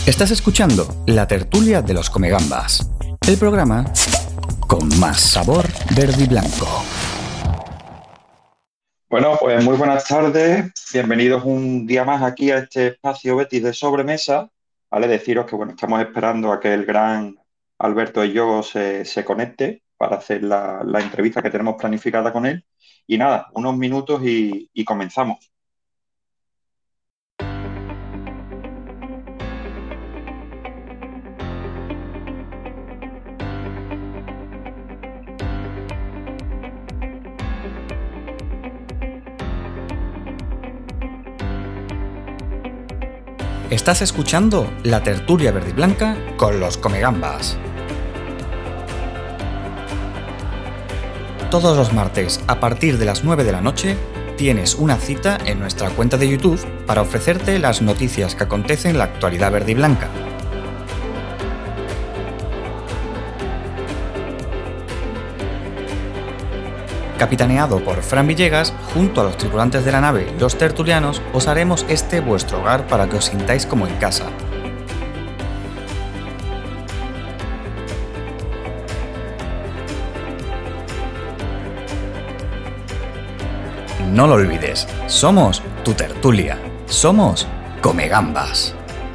Estás escuchando La Tertulia de los Comegambas, el programa con más sabor verde y blanco. Bueno, pues muy buenas tardes. Bienvenidos un día más aquí a este espacio Betis de sobremesa. Vale, deciros que bueno, estamos esperando a que el gran Alberto y yo se conecte para hacer la entrevista que tenemos planificada con él. Y nada, unos minutos y comenzamos. Estás escuchando La Tertulia verde y blanca con los Comegambas. Todos los martes, a partir de las 9 de la noche, tienes una cita en nuestra cuenta de YouTube para ofrecerte las noticias que acontecen en la actualidad verde y blanca. Capitaneado por Fran Villegas, junto a los tripulantes de la nave y los tertulianos, os haremos este vuestro hogar para que os sintáis como en casa. No lo olvides, somos tu tertulia, somos Comegambas.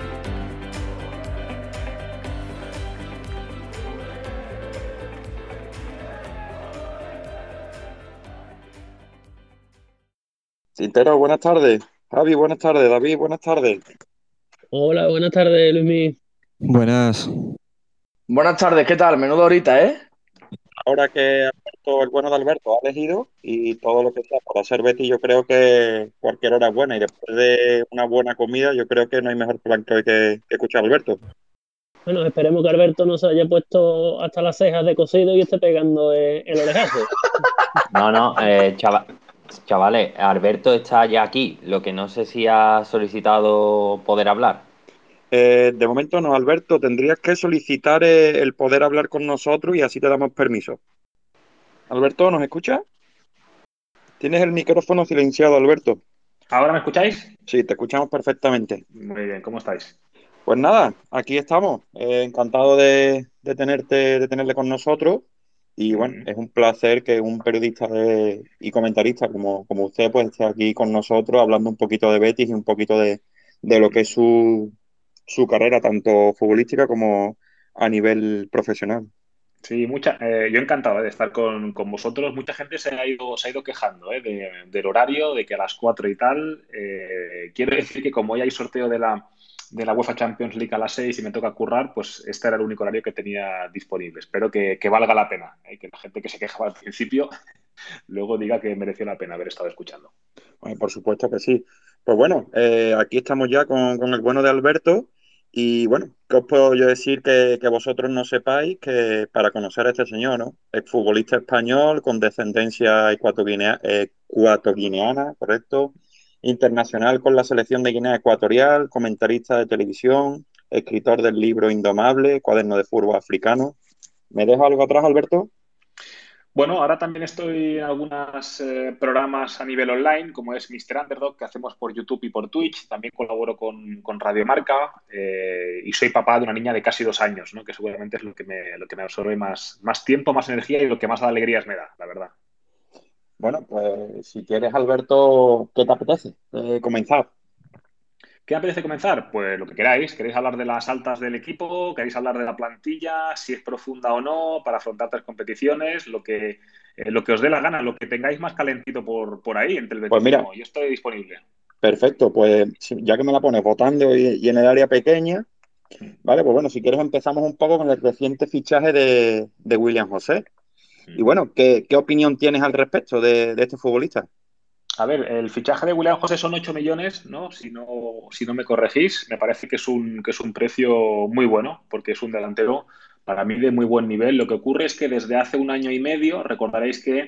Cintero, buenas tardes. Javi, buenas tardes. David, buenas tardes. Hola, buenas tardes, Luismi. Buenas. Buenas tardes, ¿qué tal? Menudo ahorita, ¿eh? Ahora que Alberto, el bueno de Alberto ha elegido y todo lo que sea para hacer Betis, yo creo que cualquier hora es buena y después de una buena comida, yo creo que no hay mejor plan que hoy que escuchar a Alberto. Bueno, esperemos que Alberto no se haya puesto hasta las cejas de cocido y esté pegando el orejazo. No, chavales, Alberto está ya aquí. Lo que no sé si ha solicitado poder hablar. De momento no, Alberto, tendrías que solicitar el poder hablar con nosotros y así te damos permiso. Alberto, ¿nos escucha? Tienes el micrófono silenciado, Alberto. ¿Ahora me escucháis? Sí, te escuchamos perfectamente. Muy bien, ¿cómo estáis? Pues nada, aquí estamos. Encantado de tenerle con nosotros. Y bueno, es un placer que un periodista y comentarista como usted pues esté aquí con nosotros hablando un poquito de Betis y un poquito de lo que es su carrera, tanto futbolística como a nivel profesional. Sí, yo encantado de estar con vosotros. Mucha gente se ha ido quejando del horario, de que a las 4 y tal. Quiero decir que como hoy hay sorteo de la UEFA Champions League a las 6 y me toca currar, pues este era el único horario que tenía disponible. Espero que valga la pena, que la gente que se quejaba al principio luego diga que mereció la pena haber estado escuchando. Bueno, por supuesto que sí. Pues bueno, aquí estamos ya con el bueno de Alberto. Y bueno, ¿qué os puedo yo decir que vosotros no sepáis que para conocer a este señor, ¿no? Es futbolista español con descendencia ecuatoguineana, correcto, internacional con la selección de Guinea Ecuatorial, comentarista de televisión, escritor del libro Indomable, cuaderno de fútbol africano. ¿Me dejo algo atrás, Alberto? Bueno, ahora también estoy en algunos programas a nivel online, como es Mr. Underdog, que hacemos por YouTube y por Twitch. También colaboro con Radio Marca y soy papá de una niña de casi 2 años, ¿no? Que seguramente es lo que me absorbe más tiempo, más energía y lo que más alegrías me da, la verdad. Bueno, pues si quieres, Alberto, ¿qué te apetece? Comenzar. ¿Qué me apetece comenzar? Pues lo que queráis. ¿Queréis hablar de las altas del equipo? ¿Queréis hablar de la plantilla? Si es profunda o no, para afrontar tres competiciones, lo que os dé la gana, lo que tengáis más calentito por ahí entre el Pues mira, betismo. Yo estoy disponible. perfecto, pues ya que me la pones votando y en el área pequeña, vale, pues bueno, si quieres empezamos un poco con el reciente fichaje de William José. Y bueno, ¿qué opinión tienes al respecto de este futbolista? A ver, el fichaje de William José son 8 millones, ¿no? Si no me corregís, me parece que es un precio muy bueno, porque es un delantero para mí de muy buen nivel. Lo que ocurre es que desde hace un año y medio, recordaréis que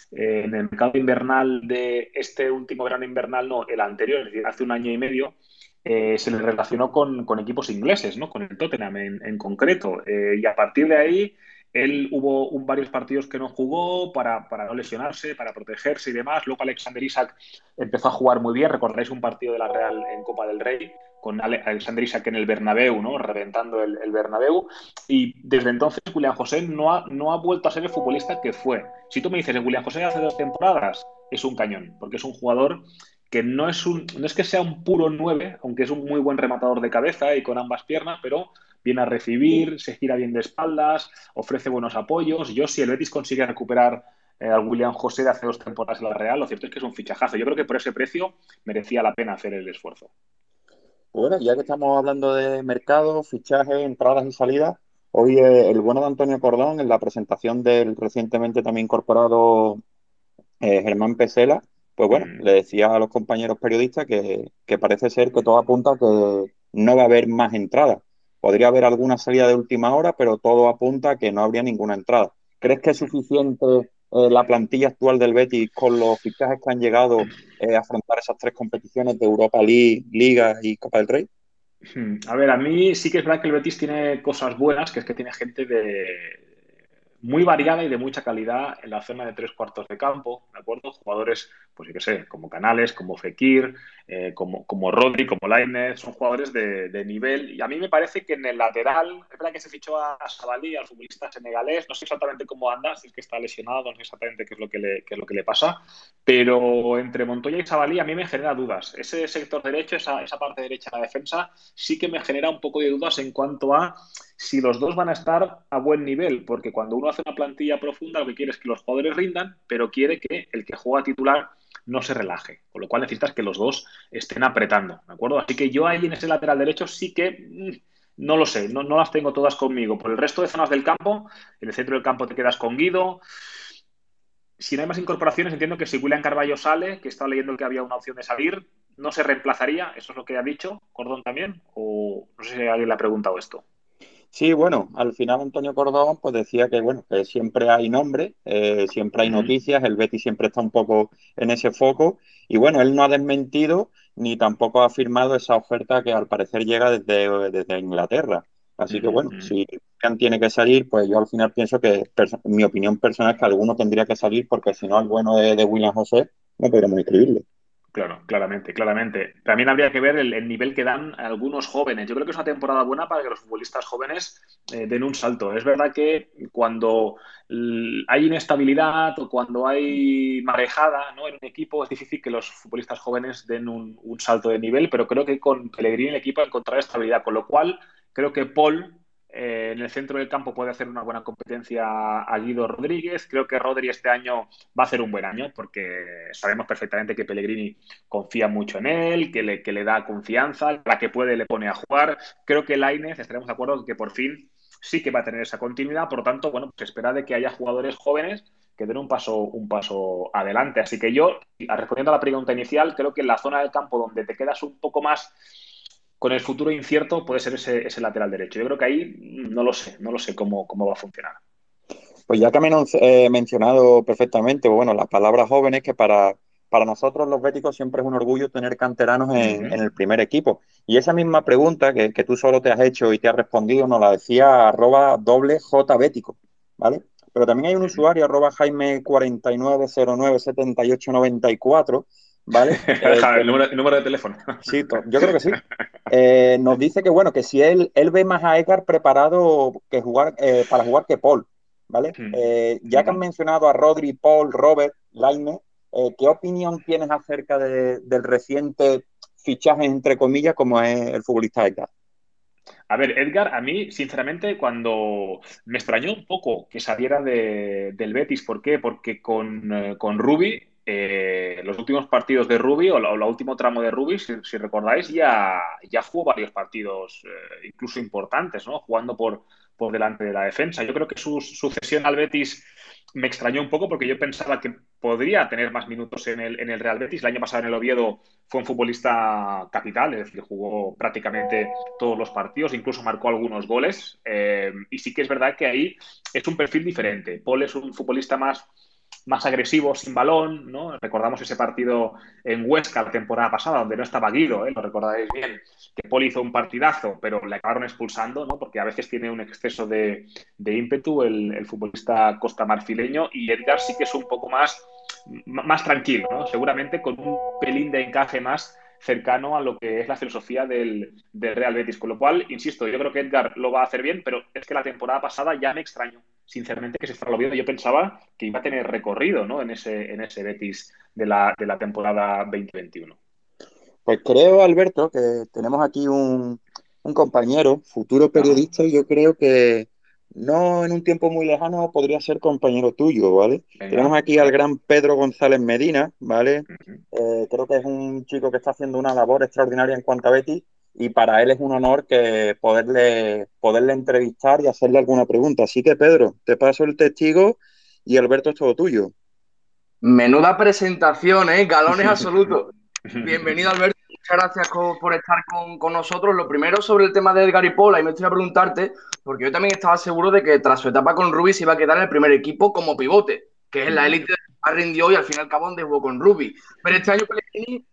en el mercado invernal de este último verano invernal, no, el anterior, es decir, hace un año y medio, se le relacionó con equipos ingleses, ¿no? Con el Tottenham en concreto. Y a partir de ahí Él hubo varios partidos que no jugó para no lesionarse, para protegerse y demás. Luego Alexander Isak empezó a jugar muy bien. Recordáis un partido de la Real en Copa del Rey con Alexander Isak en el Bernabéu, ¿no? Reventando el Bernabéu. Y desde entonces William José no ha vuelto a ser el futbolista que fue. Si tú me dices, William José hace 2 temporadas, es un cañón, porque es un jugador que no es que sea un puro 9, aunque es un muy buen rematador de cabeza y con ambas piernas, pero viene a recibir, se gira bien de espaldas, ofrece buenos apoyos. Yo, si el Betis consigue recuperar al William José de hace 2 temporadas en la Real, lo cierto es que es un fichajazo. Yo creo que por ese precio merecía la pena hacer el esfuerzo. Bueno, ya que estamos hablando de mercado, fichajes, entradas y salidas, hoy el bueno de Antonio Cordón, en la presentación del recientemente también incorporado Germán Pesela, pues bueno, le decía a los compañeros periodistas que parece ser que todo apunta a que no va a haber más entradas. Podría haber alguna salida de última hora, pero todo apunta a que no habría ninguna entrada. ¿Crees que es suficiente la plantilla actual del Betis con los fichajes que han llegado a afrontar esas 3 competiciones de Europa League, Liga y Copa del Rey? A ver, a mí sí que es verdad que el Betis tiene cosas buenas, que es que tiene gente muy variada y de mucha calidad en la zona de 3 cuartos de campo, ¿de acuerdo? Jugadores, pues yo qué sé, como Canales, como Fekir, como Rodri, como Lainez, son jugadores de nivel. Y a mí me parece que en el lateral, es verdad que se fichó a Sabalí, al futbolista senegalés, no sé exactamente cómo anda, si es que está lesionado, no sé exactamente qué es lo que le pasa, pero entre Montoya y Sabalí a mí me genera dudas. Ese sector derecho, esa parte derecha de la defensa, sí que me genera un poco de dudas en cuanto a si los dos van a estar a buen nivel, porque cuando uno hace una plantilla profunda lo que quiere es que los jugadores rindan, pero quiere que el que juega titular no se relaje, con lo cual necesitas que los dos estén apretando, ¿de acuerdo? Así que yo ahí en ese lateral derecho sí que no lo sé, no las tengo todas conmigo. Por el resto de zonas del campo, en el centro del campo te quedas con Guido. Si no hay más incorporaciones, entiendo que si William Carballo sale, que estaba leyendo que había una opción de salir, no se reemplazaría, eso es lo que ha dicho Cordón también, o no sé si alguien le ha preguntado esto. Sí, bueno, al final Antonio Cordón pues decía que bueno, que siempre hay nombres, siempre hay noticias, el Betis siempre está un poco en ese foco y bueno, él no ha desmentido ni tampoco ha afirmado esa oferta que al parecer llega desde Inglaterra. Así que bueno, si Cristian tiene que salir, pues yo al final pienso que mi opinión personal es que alguno tendría que salir porque si no, el bueno de William José no podríamos inscribirlo. Claro, claramente, claramente. También habría que ver el nivel que dan algunos jóvenes. Yo creo que es una temporada buena para que los futbolistas jóvenes den un salto. Es verdad que cuando hay inestabilidad o cuando hay marejada, ¿no?, en un equipo, es difícil que los futbolistas jóvenes den un salto de nivel, pero creo que con Pellegrini el equipo ha encontrado estabilidad, con lo cual creo que Paul en el centro del campo puede hacer una buena competencia a Guido Rodríguez. Creo que Rodri este año va a hacer un buen año porque sabemos perfectamente que Pellegrini confía mucho en él, que le da confianza, la que puede le pone a jugar. Creo que Lainez, estaremos de acuerdo que por fin sí que va a tener esa continuidad. Por lo tanto, bueno, pues espera de que haya jugadores jóvenes que den un paso adelante. Así que yo, respondiendo a la pregunta inicial, creo que en la zona del campo donde te quedas un poco más con el futuro incierto puede ser ese lateral derecho. Yo creo que ahí no lo sé cómo va a funcionar. Pues ya que he mencionado perfectamente, bueno, las palabras jóvenes, que para nosotros los béticos siempre es un orgullo tener canteranos en el primer equipo. Y esa misma pregunta que tú solo te has hecho y te has respondido, nos la decía @jbético, ¿vale? Pero también hay un usuario, Jaime49097894, ¿vale? El número de teléfono. Sí, yo creo que sí. Nos dice que, bueno, que si él ve más a Edgar preparado para jugar que Paul, ¿vale? Ya que han mencionado a Rodri, Paul, Robert, Lainez, ¿qué opinión tienes acerca del reciente fichaje, entre comillas, como es el futbolista Edgar? A ver, Edgar, a mí, sinceramente, cuando me extrañó un poco que saliera del Betis. ¿Por qué? Porque con Rubi, los últimos partidos de Rubi, o la último tramo de Rubi, si recordáis, ya jugó varios partidos, incluso importantes, ¿no? Jugando por delante de la defensa. Yo creo que su cesión al Betis me extrañó un poco porque yo pensaba que podría tener más minutos en el Real Betis. El año pasado en el Oviedo fue un futbolista capital, es decir, jugó prácticamente todos los partidos, incluso marcó algunos goles. Y sí que es verdad que ahí es un perfil diferente. Paul es un futbolista más más agresivo sin balón, ¿no? Recordamos ese partido en Huesca la temporada pasada, donde no estaba Guido, lo recordáis bien, que Poli hizo un partidazo, pero le acabaron expulsando, ¿no? Porque a veces tiene un exceso de ímpetu el futbolista costamarfileño, y Edgar sí que es un poco más tranquilo, ¿no? Seguramente con un pelín de encaje más cercano a lo que es la filosofía del Real Betis. Con lo cual, insisto, yo creo que Edgar lo va a hacer bien, pero es que la temporada pasada ya me extraño, sinceramente, que se fuera lo bien. Yo pensaba que iba a tener recorrido, ¿no? En ese Betis de la temporada 2021. Pues creo, Alberto, que tenemos aquí un compañero, futuro periodista, y yo creo que no en un tiempo muy lejano podría ser compañero tuyo, ¿vale? Venga. Tenemos aquí al gran Pedro González Medina, ¿vale? Uh-huh. Creo que es un chico que está haciendo una labor extraordinaria en cuanto a Betis, y para él es un honor que poderle entrevistar y hacerle alguna pregunta. Así que, Pedro, te paso el testigo y Alberto es todo tuyo. Menuda presentación, galones absolutos. Bienvenido, Alberto. Muchas gracias por estar con nosotros. Lo primero sobre el tema de Edgar y Paul, y me estoy a preguntarte, porque yo también estaba seguro de que tras su etapa con Rubi se iba a quedar en el primer equipo como pivote, que es en la élite que rindió y al fin y al cabo donde jugó con Rubi. Pero este año Pellegrini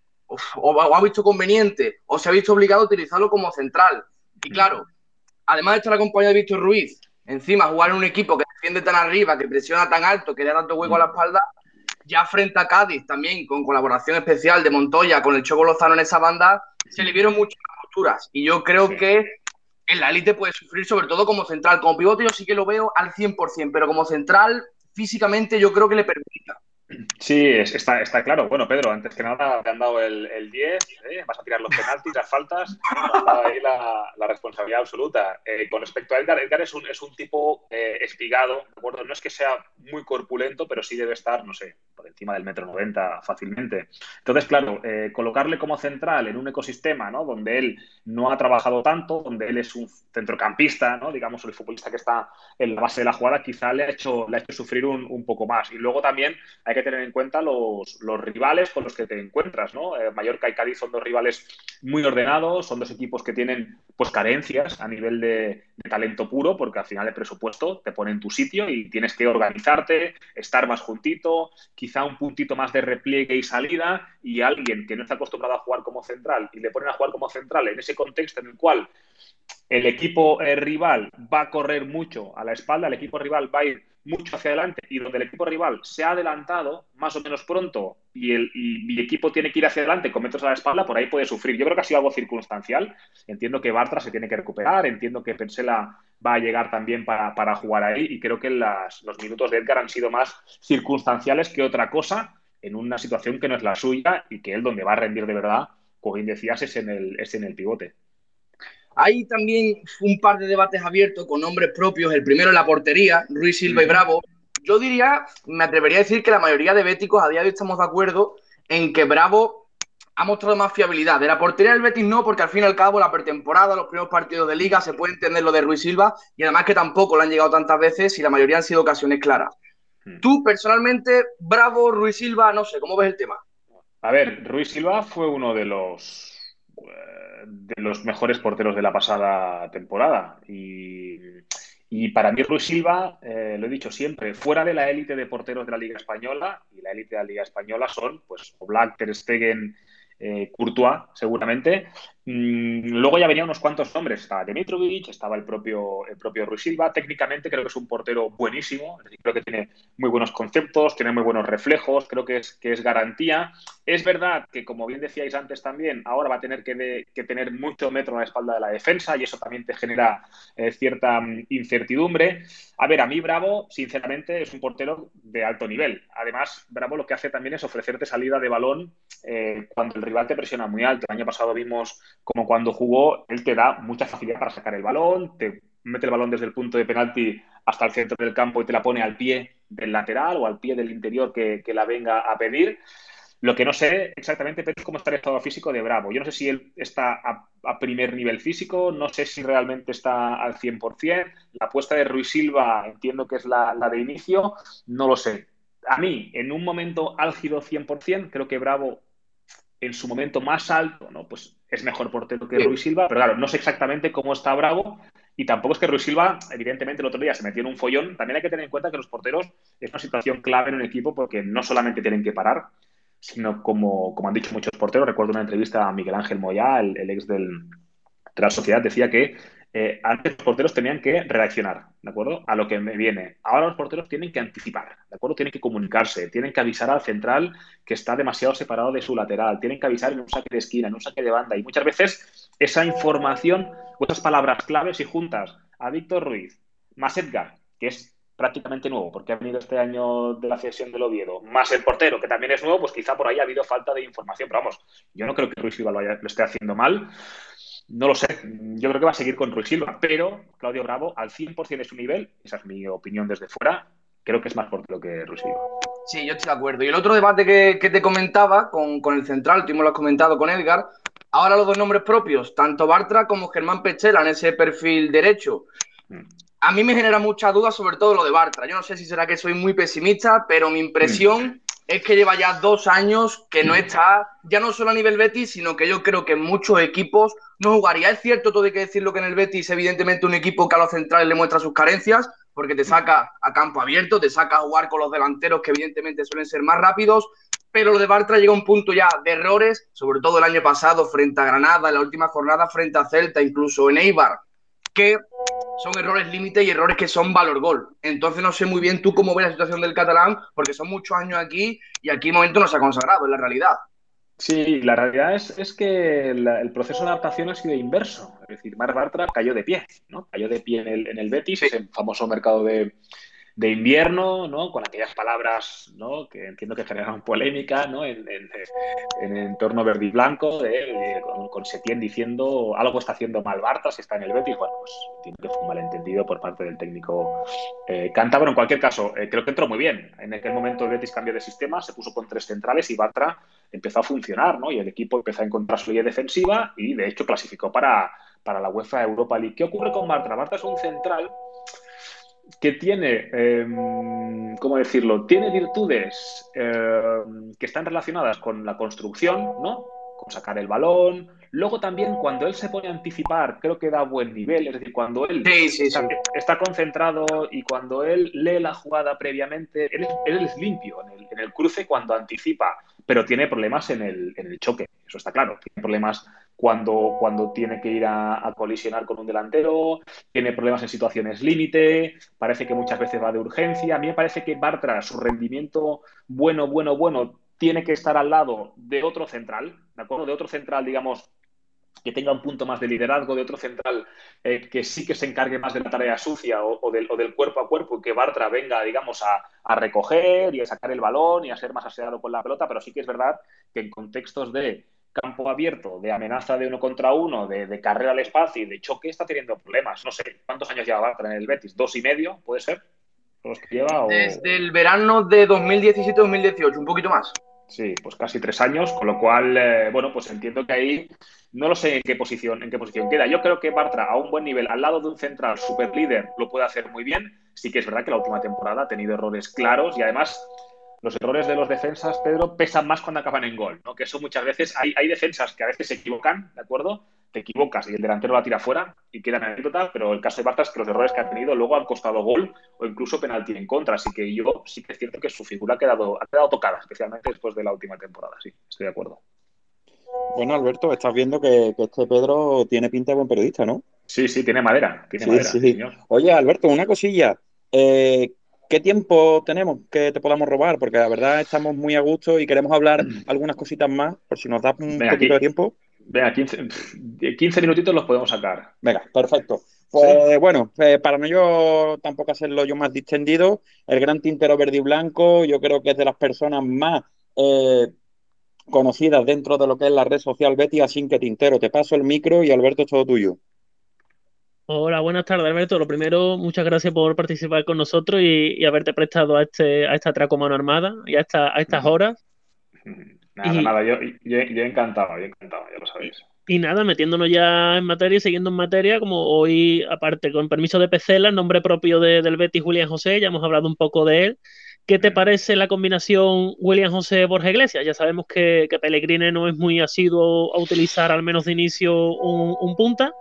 o ha visto conveniente o se ha visto obligado a utilizarlo como central. Y claro, además de estar acompañado de Víctor Ruiz, encima jugar en un equipo que defiende tan arriba, que presiona tan alto, que le da tanto hueco a la espalda, ya frente a Cádiz también, con colaboración especial de Montoya con el Choco Lozano en esa banda, se le vieron muchas posturas. Y yo creo que en la élite puede sufrir, sobre todo como central. Como pivote yo sí que lo veo al 100%, pero como central, físicamente yo creo que le permita. Sí, está claro. Bueno, Pedro, antes que nada te han dado el 10, vas a tirar los penaltis, las faltas, te han dado ahí la responsabilidad absoluta. Con respecto a Edgar, Edgar es un tipo espigado, ¿de acuerdo? No es que sea muy corpulento, pero sí debe estar, no sé, por encima del 1,90 m fácilmente. Entonces, claro, colocarle como central en un ecosistema, ¿no? Donde él no ha trabajado tanto, donde él es un centrocampista, ¿no? Digamos, el futbolista que está en la base de la jugada, quizá le ha hecho sufrir un poco más. Y luego también hay que tener en cuenta los rivales con los que te encuentras, ¿no? Mallorca y Cádiz son dos rivales muy ordenados, son dos equipos que tienen pues carencias a nivel de talento puro, porque al final el presupuesto te pone en tu sitio y tienes que organizarte, estar más juntito, quizá un puntito más de repliegue y salida, y alguien que no está acostumbrado a jugar como central y le ponen a jugar como central en ese contexto en el cual el equipo rival va a correr mucho a la espalda, el equipo rival va a ir mucho hacia adelante, y donde el equipo rival se ha adelantado más o menos pronto y el equipo tiene que ir hacia adelante con metros a la espalda, por ahí puede sufrir. Yo creo que ha sido algo circunstancial. Entiendo que Bartra se tiene que recuperar, entiendo que Pensela va a llegar también para jugar ahí, y creo que los minutos de Edgar han sido más circunstanciales que otra cosa en una situación que no es la suya, y que él donde va a rendir de verdad, como bien decías, es en el pivote. Hay también un par de debates abiertos con nombres propios. El primero en la portería, Ruiz Silva y Bravo. Yo diría, me atrevería a decir que la mayoría de béticos a día de hoy estamos de acuerdo en que Bravo ha mostrado más fiabilidad. De la portería del Betis no, porque al fin y al cabo la pretemporada, los primeros partidos de liga, se puede entender lo de Ruiz Silva, y además que tampoco le han llegado tantas veces y la mayoría han sido ocasiones claras. Tú, personalmente, Bravo, Ruiz Silva, no sé, ¿cómo ves el tema? A ver, Ruiz Silva fue uno de los mejores porteros de la pasada temporada, y para mí Ruiz Silva, lo he dicho siempre, fuera de la élite de porteros de la Liga Española, y la élite de la Liga Española son pues Oblak, Ter Stegen, Courtois, seguramente. Luego ya venían unos cuantos nombres. Estaba Dimitrovic, estaba el propio Ruiz Silva. Técnicamente creo que es un portero buenísimo. Es decir, creo que tiene muy buenos conceptos, tiene muy buenos reflejos, creo que es garantía. Es verdad que, como bien decíais antes también, ahora va a tener que tener mucho metro a la espalda de la defensa, y eso también te genera cierta incertidumbre. A ver, a mí Bravo, sinceramente, es un portero de alto nivel. Además, Bravo lo que hace también es ofrecerte salida de balón cuando el rival te presiona muy alto. El año pasado vimos como cuando jugó, él te da mucha facilidad para sacar el balón, te mete el balón desde el punto de penalti hasta el centro del campo y te la pone al pie del lateral o al pie del interior que la venga a pedir. Lo que no sé exactamente es cómo está el estado físico de Bravo. Yo no sé si él está a primer nivel físico, no sé si realmente está al 100%. La apuesta de Ruiz Silva entiendo que es la de inicio, no lo sé. A mí, en un momento álgido 100%, creo que Bravo, en su momento más alto, ¿no? Pues es mejor portero que Ruiz Silva, pero claro, no sé exactamente cómo está Bravo, Y tampoco es que Ruiz Silva, evidentemente, el otro día se metió en un follón. También hay que tener en cuenta que los porteros es una situación clave en un equipo porque no solamente tienen que parar, sino como han dicho muchos porteros. Recuerdo una entrevista a Miguel Ángel Moyá, el ex de la Sociedad, decía que antes los porteros tenían que reaccionar, ¿de acuerdo? A lo que me viene. Ahora los porteros tienen que anticipar, ¿de acuerdo? Tienen que comunicarse, tienen que avisar al central que está demasiado separado de su lateral, tienen que avisar en un saque de esquina, en un saque de banda. Y muchas veces esa información o esas palabras claves y juntas a Víctor Ruiz, más Edgar, que es prácticamente nuevo, porque ha venido este año de la cesión del Oviedo, más el portero, que también es nuevo, pues quizá por ahí ha habido falta de información. Pero vamos, yo no creo que Ruiz Silva lo esté haciendo mal. No lo sé, yo creo que va a seguir con Ruiz Silva, pero Claudio Bravo al 100% de su nivel, esa es mi opinión desde fuera, creo que es más portero que Ruiz Silva. Sí, yo estoy de acuerdo. Y el otro debate que te comentaba con el central, tú mismo lo has comentado con Edgar, ahora los dos nombres propios, tanto Bartra como Germán Pechela en ese perfil derecho. A mí me genera mucha duda sobre todo lo de Bartra. Yo no sé si será que soy muy pesimista, pero mi impresión es que lleva ya 2 años que no está, ya no solo a nivel Betis, sino que yo creo que en muchos equipos no jugaría. Es cierto, todo hay que decirlo, que en el Betis evidentemente un equipo que a los centrales le muestra sus carencias, porque te saca a campo abierto, te saca a jugar con los delanteros que evidentemente suelen ser más rápidos, pero lo de Bartra llega a un punto ya de errores, sobre todo el año pasado frente a Granada, en la última jornada frente a Celta, incluso en Eibar, que son errores límite y errores que son valor gol. Entonces no sé muy bien tú cómo ves la situación del catalán, porque son muchos años aquí y aquí momento no se ha consagrado, es la realidad. Sí, la realidad es que el proceso de adaptación ha sido inverso. Es decir, Marc Bartra cayó de pie, ¿no? Cayó de pie en el Betis, ese famoso mercado de invierno, ¿no? Con aquellas palabras, ¿no? Que entiendo que generaron polémica, ¿no? En entorno verde y blanco, con Setién diciendo algo está haciendo mal Bartra si está en el Betis. Bueno, pues entiendo que fue un malentendido por parte del técnico cántabro. En cualquier caso, creo que entró muy bien. En aquel momento el Betis cambió de sistema, se puso con 3 centrales y Bartra empezó a funcionar, ¿no? Y el equipo empezó a encontrar su línea defensiva y, de hecho, clasificó para la UEFA Europa League. ¿Qué ocurre con Bartra? Bartra es un central que tiene, ¿cómo decirlo? Tiene virtudes que están relacionadas con la construcción, ¿no? Con sacar el balón. Luego también cuando él se pone a anticipar, creo que da buen nivel. Es decir, cuando él está concentrado y cuando él lee la jugada previamente, él es limpio en el cruce cuando anticipa, pero tiene problemas en el choque. Eso está claro. Tiene problemas cuando tiene que ir a colisionar con un delantero, tiene problemas en situaciones límite, parece que muchas veces va de urgencia. A mí me parece que Bartra, su rendimiento bueno, tiene que estar al lado de otro central, ¿de acuerdo? De otro central, digamos, que tenga un punto más de liderazgo, de otro central que sí que se encargue más de la tarea sucia o del cuerpo a cuerpo, y que Bartra venga, digamos, a recoger y a sacar el balón y a ser más aseado con la pelota, pero sí que es verdad que en contextos de campo abierto, de amenaza de 1 contra 1, de carrera al espacio y de choque, está teniendo problemas. No sé, ¿cuántos años lleva Bartra en el Betis? ¿2 y medio? ¿Puede ser? ¿Los que lleva? Desde el verano de 2017-2018, un poquito más. Sí, pues casi 3 años, con lo cual, bueno, pues entiendo que ahí no lo sé en qué posición queda. Yo creo que Bartra, a un buen nivel, al lado de un central super líder, lo puede hacer muy bien. Sí que es verdad que la última temporada ha tenido errores claros y además los errores de los defensas, Pedro, pesan más cuando acaban en gol, ¿no? Que eso muchas veces, hay defensas que a veces se equivocan, ¿de acuerdo? Te equivocas y el delantero la tira fuera y queda en anécdota, pero el caso de Bartra es que los errores que ha tenido luego han costado gol o incluso penalti en contra. Así que yo sí que es cierto que su figura ha quedado tocada, especialmente después de la última temporada. Sí, estoy de acuerdo. Bueno, Alberto, estás viendo que este Pedro tiene pinta de buen periodista, ¿no? Sí, tiene madera. Sí. Señor. Oye, Alberto, una cosilla. ¿Qué tiempo tenemos que te podamos robar? Porque la verdad estamos muy a gusto y queremos hablar algunas cositas más, por si nos da un poquito de tiempo. Venga, 15 minutitos los podemos sacar. Venga, perfecto. Pues ¿sí? Bueno, para no yo tampoco hacerlo yo más distendido, el gran tintero verde y blanco, yo creo que es de las personas más conocidas dentro de lo que es la red social Betis, así que Tintero, te paso el micro y Alberto, es todo tuyo. Hola, buenas tardes, Alberto. Lo primero, muchas gracias por participar con nosotros y haberte prestado a esta atraco mano armada y a estas horas. Nada, yo encantado, ya lo sabéis. Y nada, metiéndonos ya en materia y siguiendo en materia, como hoy, aparte, con permiso de Pecela, el nombre propio del Betis, William José, ya hemos hablado un poco de él. ¿Qué te parece la combinación William José-Borja Iglesias? Ya sabemos que Pellegrini no es muy asiduo a utilizar, al menos de inicio, un punta.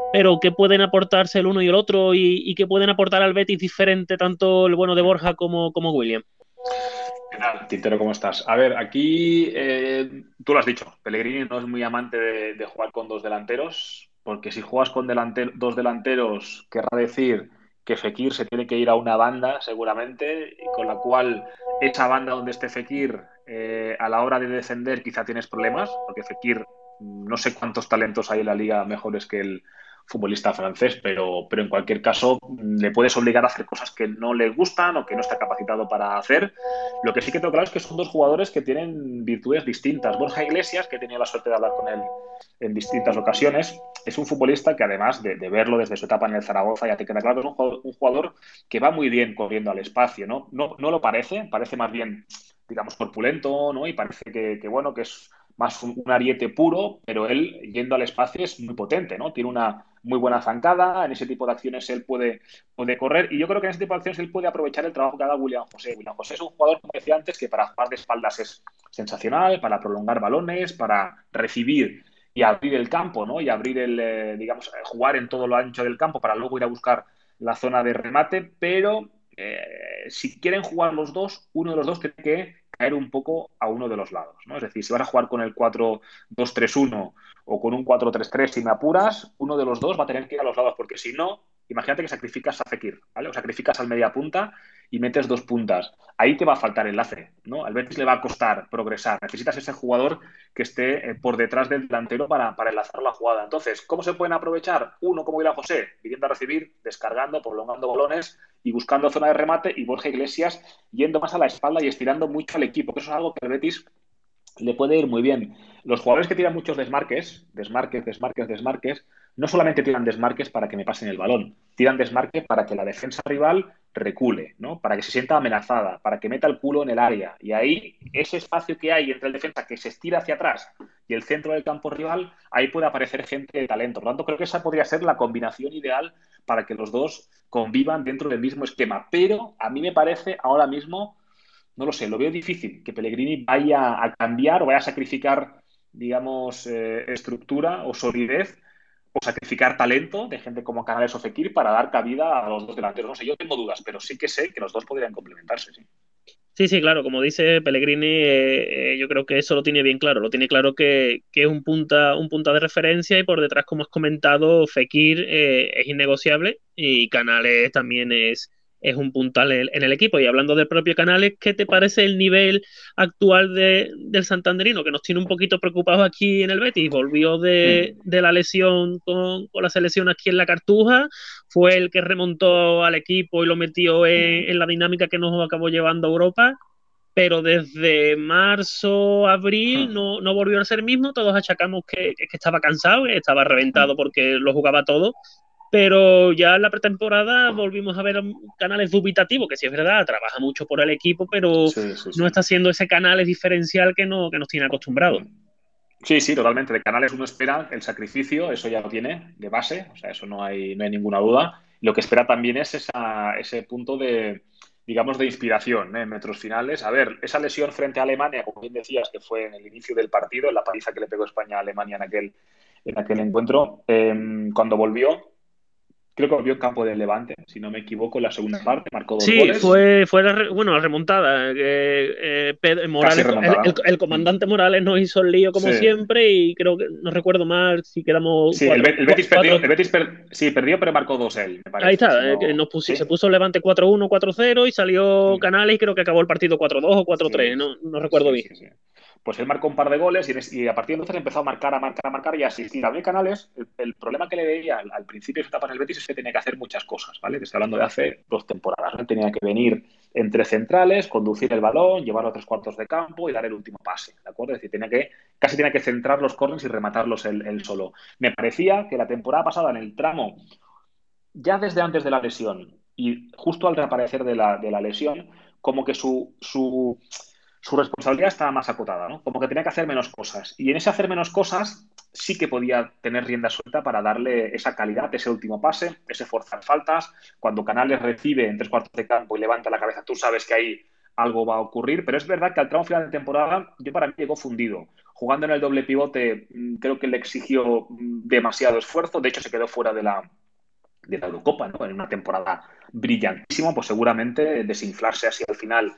pero que pueden aportarse el uno y el otro y que pueden aportar al Betis diferente tanto el bueno de Borja como William. ¿Qué tal, Tintero? ¿Cómo estás? A ver, aquí tú lo has dicho, Pellegrini no es muy amante de jugar con dos delanteros, porque si juegas con dos delanteros, querrá decir que Fekir se tiene que ir a una banda, seguramente, y con la cual esa banda donde esté Fekir, a la hora de defender quizá tienes problemas, porque Fekir, no sé cuántos talentos hay en la liga mejores que el futbolista francés, pero en cualquier caso le puedes obligar a hacer cosas que no le gustan o que no está capacitado para hacer. Lo que sí que tengo claro es que son dos jugadores que tienen virtudes distintas. Borja Iglesias, que he tenido la suerte de hablar con él en distintas ocasiones, es un futbolista que además de verlo desde su etapa en el Zaragoza, ya te queda claro que es un jugador que va muy bien corriendo al espacio, ¿no? No lo parece más bien, digamos, corpulento, ¿no? Y parece bueno, que es más un ariete puro, pero él yendo al espacio es muy potente, ¿no? Tiene una muy buena zancada, en ese tipo de acciones él puede correr, y yo creo que en ese tipo de acciones él puede aprovechar el trabajo que haga William José. William José es un jugador, como decía antes, que para jugar de espaldas es sensacional, para prolongar balones, para recibir y abrir el campo, ¿no? Y abrir digamos, jugar en todo lo ancho del campo para luego ir a buscar la zona de remate, pero si quieren jugar los dos, uno de los dos tiene que caer un poco a uno de los lados, ¿no? Es decir, si vas a jugar con el 4-2-3-1 o con un 4-3-3 si me apuras, uno de los dos va a tener que ir a los lados, porque si no, imagínate que sacrificas a Fekir, ¿vale? O sacrificas al media punta y metes dos puntas. Ahí te va a faltar enlace, ¿no? Al Betis le va a costar progresar. Necesitas ese jugador que esté por detrás del delantero para enlazar la jugada. Entonces, ¿cómo se pueden aprovechar? Uno como William José, pidiendo a recibir, descargando, prolongando balones y buscando zona de remate, y Borja Iglesias yendo más a la espalda y estirando mucho al equipo, que eso es algo que al Betis le puede ir muy bien. Los jugadores que tiran muchos desmarques, no solamente tiran desmarques para que me pasen el balón, tiran desmarque para que la defensa rival recule, ¿no? Para que se sienta amenazada, para que meta el culo en el área. Y ahí, ese espacio que hay entre el defensa que se estira hacia atrás y el centro del campo rival, ahí puede aparecer gente de talento. Por lo tanto, creo que esa podría ser la combinación ideal para que los dos convivan dentro del mismo esquema. Pero a mí me parece ahora mismo, no lo sé, lo veo difícil que Pellegrini vaya a cambiar o vaya a sacrificar, digamos, estructura o solidez o sacrificar talento de gente como Canales o Fekir para dar cabida a los dos delanteros. No sé, yo tengo dudas, pero sí que sé que los dos podrían complementarse, sí. Sí, sí, claro, como dice Pellegrini, yo creo que eso lo tiene bien claro. Lo tiene claro que es un punta de referencia y por detrás, como has comentado, Fekir es innegociable y Canales también es un puntal en el equipo. Y hablando del propio Canales, ¿qué te parece el nivel actual del santanderino? Que nos tiene un poquito preocupados aquí en el Betis. Volvió de la lesión con la selección aquí en la Cartuja, fue el que remontó al equipo y lo metió en la dinámica que nos acabó llevando a Europa, pero desde marzo, abril no volvió a ser el mismo. Todos achacamos que estaba cansado, que estaba reventado porque lo jugaba todo, pero ya en la pretemporada volvimos a ver Canales dubitativos, que sí es verdad, trabaja mucho por el equipo, pero Sí, sí, no sí. está siendo ese Canales diferencial que nos tiene acostumbrados. Sí, sí, totalmente. De Canales uno espera el sacrificio, eso ya lo tiene de base, o sea, eso no hay ninguna duda. Lo que espera también es ese punto de, digamos, de inspiración, ¿eh? En metros finales. A ver, esa lesión frente a Alemania, como bien decías, que fue en el inicio del partido, en la paliza que le pegó España a Alemania en aquel encuentro, cuando volvió, creo que volvió en campo del Levante, si no me equivoco, en la segunda parte, marcó dos Sí, goles, fue la remontada. casi Morales, remontada, ¿no? el comandante Morales nos hizo el lío como Sí. siempre y creo que, no recuerdo mal si quedamos Sí, el Betis perdió, 4. Sí, perdió, pero marcó dos él, me Ahí parece. Si está, que no, se sí. puso el Levante 4-1, 4-0 y salió Mm. Canales y creo que acabó el partido 4-2 o Sí, 4-3, no recuerdo sí, bien. sí, sí. Pues él marcó un par de goles y a partir de entonces empezó a marcar, y a asistir. A mí Canales, el problema que le veía al principio de su etapa en el Betis es que tenía que hacer muchas cosas, ¿vale? Te estoy hablando de hace 2 temporadas, ¿no? Tenía que venir entre centrales, conducir el balón, llevarlo a 3 cuartos de campo y dar el último pase, ¿de acuerdo? Es decir, casi tenía que centrar los corners y rematarlos él solo. Me parecía que la temporada pasada en el tramo, ya desde antes de la lesión y justo al reaparecer de la lesión, como que su responsabilidad estaba más acotada, ¿no? Como que tenía que hacer menos cosas. Y en ese hacer menos cosas sí que podía tener rienda suelta para darle esa calidad, ese último pase, ese forzar faltas. Cuando Canales recibe en 3 cuartos de campo y levanta la cabeza, tú sabes que ahí algo va a ocurrir, pero es verdad que al tramo final de temporada yo para mí llegó fundido. Jugando en el doble pivote creo que le exigió demasiado esfuerzo, de hecho se quedó fuera de la Eurocopa, ¿no? En una temporada brillantísima, pues seguramente desinflarse así al final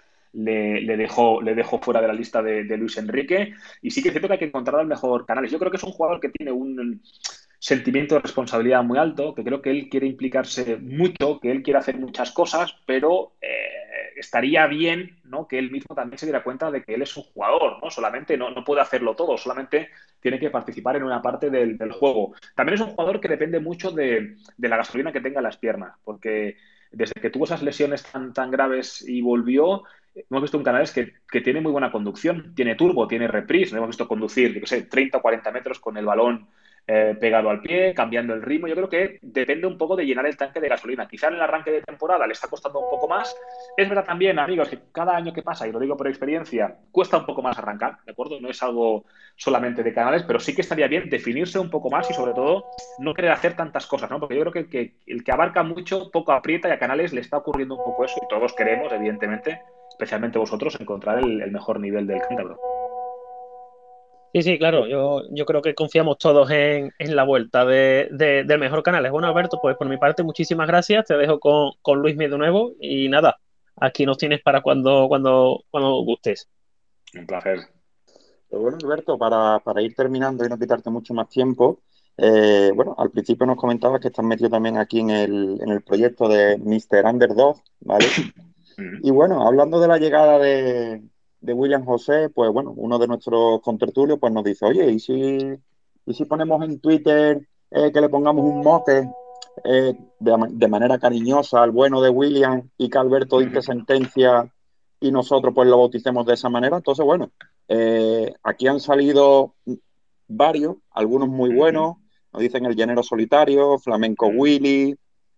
le dejó fuera de la lista de Luis Enrique. Y sí que es cierto que hay que encontrar el mejor Canales. Yo creo que es un jugador que tiene un sentimiento de responsabilidad muy alto, que creo que él quiere implicarse mucho, que él quiere hacer muchas cosas, pero estaría bien, ¿no?, que él mismo también se diera cuenta de que él es un jugador, ¿no? Solamente no puede hacerlo todo, solamente tiene que participar en una parte del juego. También es un jugador que depende mucho de la gasolina que tenga en las piernas, porque desde que tuvo esas lesiones tan graves y volvió, hemos visto un Canales que tiene muy buena conducción, tiene turbo, tiene reprise, lo hemos visto conducir, yo qué sé, 30 o 40 metros con el balón pegado al pie, cambiando el ritmo. Yo creo que depende un poco de llenar el tanque de gasolina. Quizá en el arranque de temporada le está costando un poco más. Es verdad también, amigos, que cada año que pasa, y lo digo por experiencia, cuesta un poco más arrancar, ¿de acuerdo? No es algo solamente de Canales, pero sí que estaría bien definirse un poco más y sobre todo no querer hacer tantas cosas, ¿no? Porque yo creo que el que abarca mucho, poco aprieta, y a Canales le está ocurriendo un poco eso, y todos queremos, evidentemente, especialmente vosotros, encontrar el mejor nivel del cántabro. Sí, claro, yo creo que confiamos todos en la vuelta del mejor Canales. Bueno, Alberto, pues por mi parte, muchísimas gracias. Te dejo con Luismi de nuevo y nada, aquí nos tienes para cuando gustes. Un placer. Pero bueno, Alberto, para ir terminando y no quitarte mucho más tiempo, bueno, al principio nos comentabas que estás metido también aquí en el proyecto de Mr. Underdog, ¿vale? Y bueno, hablando de la llegada de William José, pues bueno, uno de nuestros contertulios pues nos dice, oye, ¿y si ponemos en Twitter que le pongamos un mote de manera cariñosa al bueno de William y que Alberto dicte sentencia y nosotros pues lo bauticemos de esa manera? Entonces, bueno, aquí han salido varios, algunos muy buenos, nos dicen el Llanero Solitario, Flamenco Willy,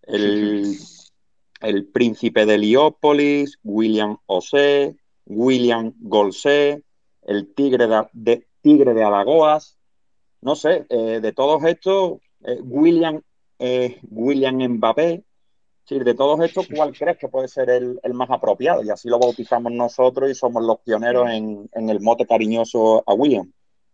el Príncipe de Heliópolis, William Osé, William Golsé, el Tigre de Alagoas, no sé, de todos estos, William Mbappé, sí, de todos estos, ¿cuál crees que puede ser el más apropiado? Y así lo bautizamos nosotros y somos los pioneros en el mote cariñoso a William.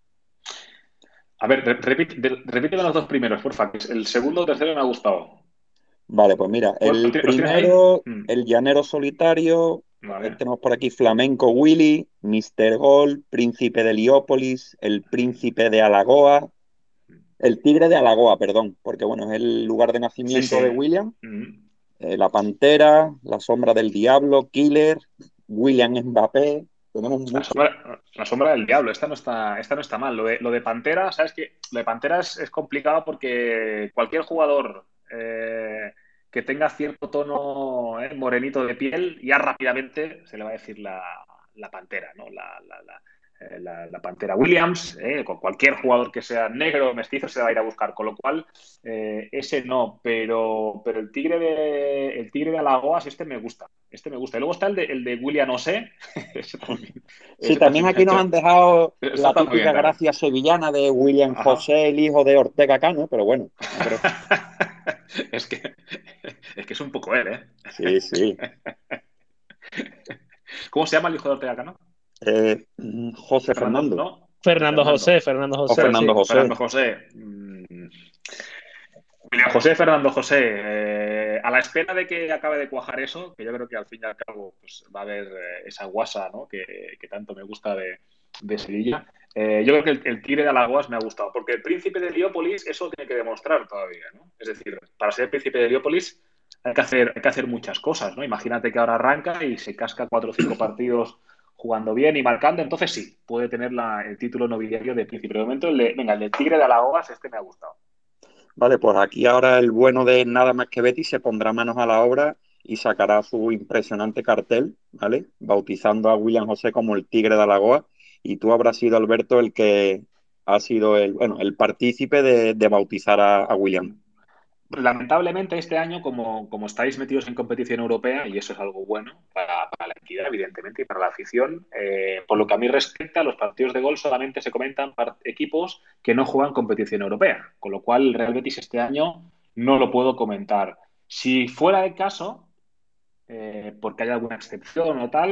A ver, repíteme los dos primeros, porfa, que el segundo o tercero me ha gustado. Vale, pues mira, el ¿Los tienes primero, ahí? el Llanero Solitario, Vale. tenemos por aquí Flamenco Willy, Mr. Gol, Príncipe de Heliópolis, el Príncipe de Alagoa, el Tigre de Alagoa, perdón, porque bueno, es el lugar de nacimiento de William, la Pantera, la Sombra del Diablo, Killer, William Mbappé, tenemos mucho. La sombra del diablo, esta no está mal. Lo de Pantera, ¿sabes qué? Lo de Pantera es complicado porque cualquier jugador que tenga cierto tono morenito de piel, ya rápidamente se le va a decir la Pantera, ¿no? La Pantera Williams, con cualquier jugador que sea negro o mestizo se va a ir a buscar, con lo cual ese no, pero el tigre de Alagoas, este me gusta. Y luego está el de William Osé. Sí, también aquí nos han dejado la Está muy bien típica también. gracia sevillana de William Ajá. José, el hijo de Ortega Cano, pero bueno, no creo. es que es un poco él, ¿eh? Sí. ¿Cómo se llama el hijo de Ortega Cano? José Fernando. ¿No? Fernando José. O Fernando José. Fernando José. William José, Fernando José, a la espera de que acabe de cuajar eso, que yo creo que al fin y al cabo pues, va a haber esa guasa, ¿no?, que tanto me gusta de Sevilla. Yo creo que el Tigre de Alagoas me ha gustado, porque el Príncipe de Heliópolis eso tiene que demostrar todavía, ¿no? Es decir, para ser Príncipe de Heliópolis hay que hacer muchas cosas, ¿no? Imagínate que ahora arranca y se casca 4 o 5 partidos jugando bien y marcando, entonces sí, puede tener el título nobiliario de Príncipe. De momento, el del Tigre de Alagoas, este me ha gustado. Vale, pues aquí ahora el bueno de Nada Más que Betty se pondrá manos a la obra y sacará su impresionante cartel, ¿vale? Bautizando a William José como el Tigre de Alagoas, y tú habrás sido, Alberto, el que ha sido el partícipe de bautizar a William. Lamentablemente este año, como estáis metidos en competición europea, y eso es algo bueno para la entidad, evidentemente, y para la afición, por lo que a mí respecta, los partidos de gol solamente se comentan para equipos que no juegan competición europea, con lo cual el Real Betis este año no lo puedo comentar. Si fuera el caso, porque hay alguna excepción o tal,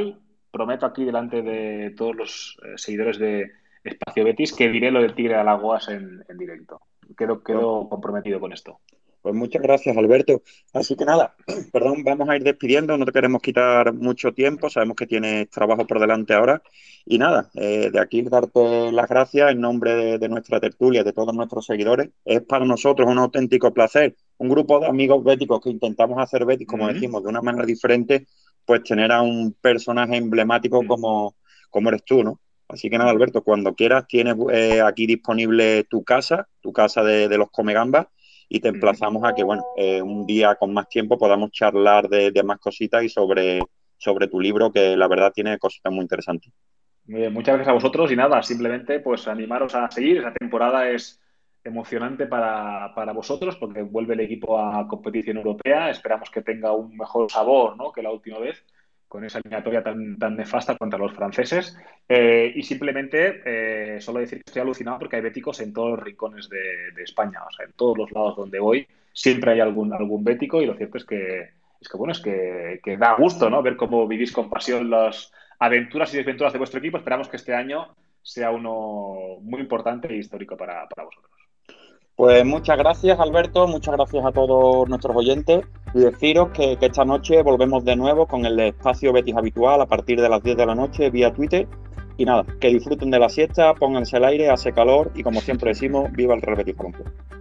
prometo aquí delante de todos los seguidores de Espacio Betis que diré lo del Tigre de Alagoas en directo. Quedo comprometido con esto. Pues muchas gracias, Alberto. Así que nada, perdón, vamos a ir despidiendo, no te queremos quitar mucho tiempo, sabemos que tienes trabajo por delante ahora. Y nada, de aquí darte las gracias en nombre de nuestra tertulia, de todos nuestros seguidores. Es para nosotros un auténtico placer, un grupo de amigos béticos que intentamos hacer Betis, como decimos, de una manera diferente, pues tener a un personaje emblemático como eres tú, ¿no? Así que nada, Alberto, cuando quieras, tienes aquí disponible tu casa de los Comegambas, y te emplazamos a que, bueno, un día con más tiempo podamos charlar de más cositas y sobre tu libro, que la verdad tiene cositas muy interesantes. Muy bien, muchas gracias a vosotros y nada, simplemente pues animaros a seguir. Esa temporada es emocionante para vosotros porque vuelve el equipo a competición europea. Esperamos que tenga un mejor sabor, ¿no?, que la última vez, con esa eliminatoria tan nefasta contra los franceses. Y simplemente solo decir que estoy alucinado porque hay béticos en todos los rincones de España. O sea, en todos los lados donde voy siempre hay algún bético, y lo cierto es que da gusto, ¿no?, ver cómo vivís con pasión las aventuras y desventuras de vuestro equipo. Esperamos que este año sea uno muy importante e histórico para vosotros. Pues muchas gracias, Alberto, muchas gracias a todos nuestros oyentes, y deciros que esta noche volvemos de nuevo con el Espacio Betis habitual a partir de las 10 de la noche vía Twitter. Y nada, que disfruten de la siesta, pónganse el aire, hace calor y, como siempre decimos, viva el Real Betis Balompié.